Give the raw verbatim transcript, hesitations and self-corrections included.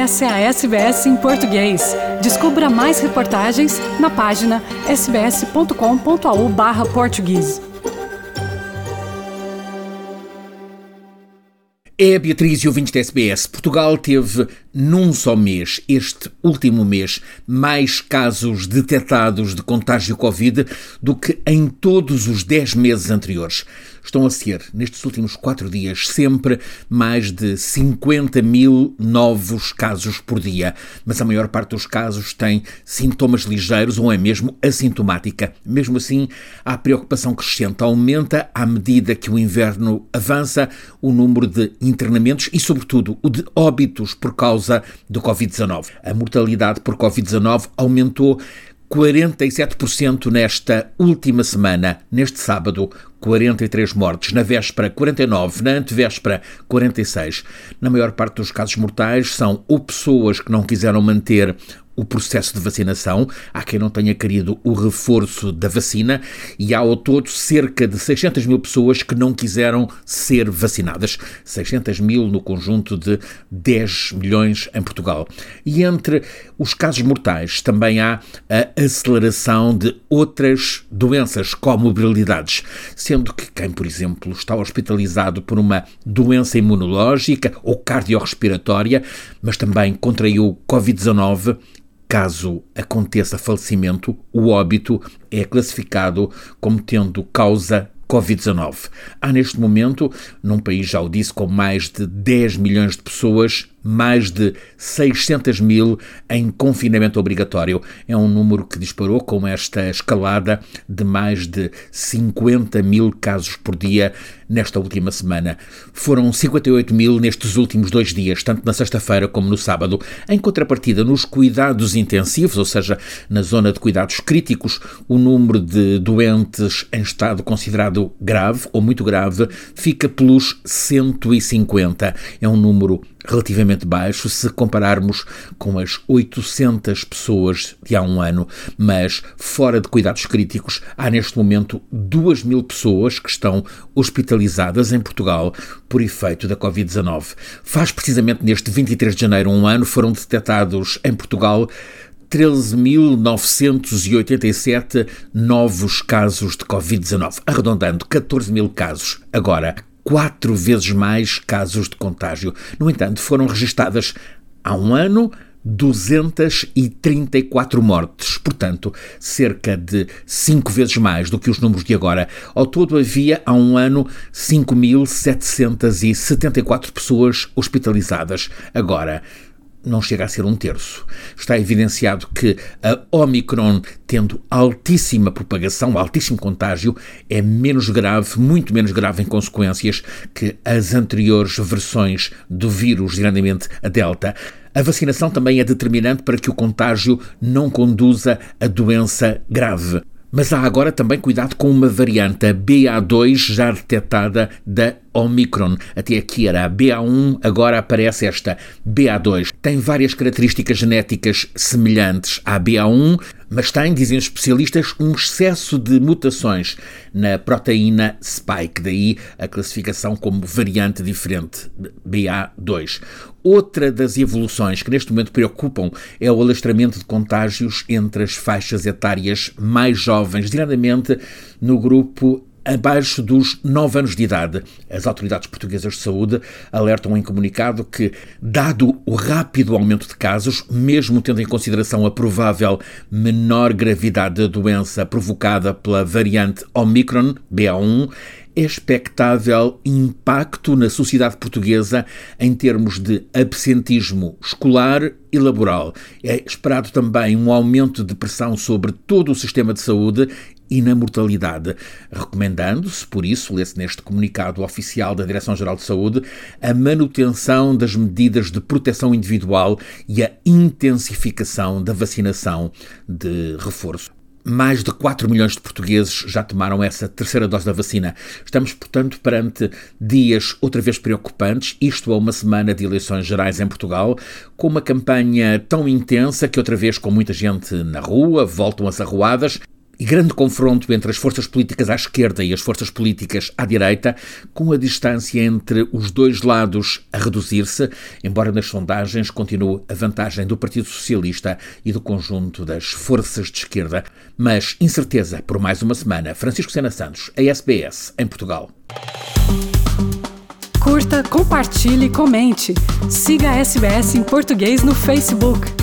Essa é a S B S em português. Descubra mais reportagens na página sbs ponto com ponto a u barra português. É a Beatriz e ouvintes da S B S. Portugal teve, num só mês, este último mês, mais casos detectados de contágio Covid do que em todos os dez meses anteriores. Estão a ser, nestes últimos quatro dias, sempre mais de cinquenta mil novos casos por dia. Mas a maior parte dos casos tem sintomas ligeiros ou é mesmo assintomática. Mesmo assim, há preocupação crescente. Aumenta, à medida que o inverno avança, o número de internamentos e, sobretudo, o de óbitos por causa do covid dezanove. A mortalidade por covid dezanove aumentou quarenta e sete por cento nesta última semana. Neste sábado, quarenta e três mortes. Na véspera, quarenta e nove. Na antevéspera, quarenta e seis. Na maior parte dos casos mortais são ou pessoas que não quiseram manter o processo de vacinação, há quem não tenha querido o reforço da vacina e há ao todo cerca de seiscentas mil pessoas que não quiseram ser vacinadas. seiscentas mil no conjunto de dez milhões em Portugal. E entre os casos mortais também há a aceleração de outras doenças, comorbilidades, sendo que quem, por exemplo, está hospitalizado por uma doença imunológica ou cardiorrespiratória, mas também contraiu covid dezanove, caso aconteça falecimento, o óbito é classificado como tendo causa covid dezanove. Há neste momento, num país, já o disse, com mais de dez milhões de pessoas, mais de seiscentas mil em confinamento obrigatório. É um número que disparou com esta escalada de mais de cinquenta mil casos por dia nesta última semana. Foram cinquenta e oito mil nestes últimos dois dias, tanto na sexta-feira como no sábado. Em contrapartida, nos cuidados intensivos, ou seja, na zona de cuidados críticos, o número de doentes em estado considerado grave ou muito grave fica pelos cento e cinquenta. É um número relativamente baixo se compararmos com as oitocentas pessoas de há um ano, mas fora de cuidados críticos há neste momento duas mil pessoas que estão hospitalizadas em Portugal por efeito da covid dezanove. Faz precisamente neste vinte e três de janeiro um ano foram detectados em Portugal treze mil novecentos e oitenta e sete novos casos de covid dezanove, arredondando catorze mil casos. Agora, quatro vezes mais casos de contágio. No entanto, foram registadas há um ano duzentas e trinta e quatro mortes, portanto, cerca de cinco vezes mais do que os números de agora. Ao todo havia, há um ano, cinco mil setecentas e setenta e quatro pessoas hospitalizadas. Agora, não chega a ser um terço. Está evidenciado que a Omicron, tendo altíssima propagação, altíssimo contágio, é menos grave, muito menos grave em consequências que as anteriores versões do vírus, geralmente a Delta. A vacinação também é determinante para que o contágio não conduza a doença grave. Mas há agora também cuidado com uma variante, a B A dois, já detectada da Omicron. Até aqui era a B A um, agora aparece esta B A dois. Tem várias características genéticas semelhantes à B A um, mas tem, dizem os especialistas, um excesso de mutações na proteína spike, daí a classificação como variante diferente, B A dois. Outra das evoluções que neste momento preocupam é o alastramento de contágios entre as faixas etárias mais jovens, diretamente no grupo abaixo dos nove anos de idade. As autoridades portuguesas de saúde alertam em comunicado que, dado o rápido aumento de casos, mesmo tendo em consideração a provável menor gravidade da doença provocada pela variante Omicron, B A um, é expectável impacto na sociedade portuguesa em termos de absentismo escolar e laboral. É esperado também um aumento de pressão sobre todo o sistema de saúde e na mortalidade, recomendando-se, por isso, lê-se neste comunicado oficial da Direção-Geral de Saúde, a manutenção das medidas de proteção individual e a intensificação da vacinação de reforço. Mais de quatro milhões de portugueses já tomaram essa terceira dose da vacina. Estamos, portanto, perante dias outra vez preocupantes, isto a uma semana de eleições gerais em Portugal, com uma campanha tão intensa que outra vez com muita gente na rua, voltam as arruadas, e grande confronto entre as forças políticas à esquerda e as forças políticas à direita, com a distância entre os dois lados a reduzir-se, embora nas sondagens continue a vantagem do Partido Socialista e do conjunto das forças de esquerda. Mas incerteza por mais uma semana. Francisco Sena Santos, a S B S, em Portugal. Curta, compartilhe, comente. Siga a S B S em português no Facebook.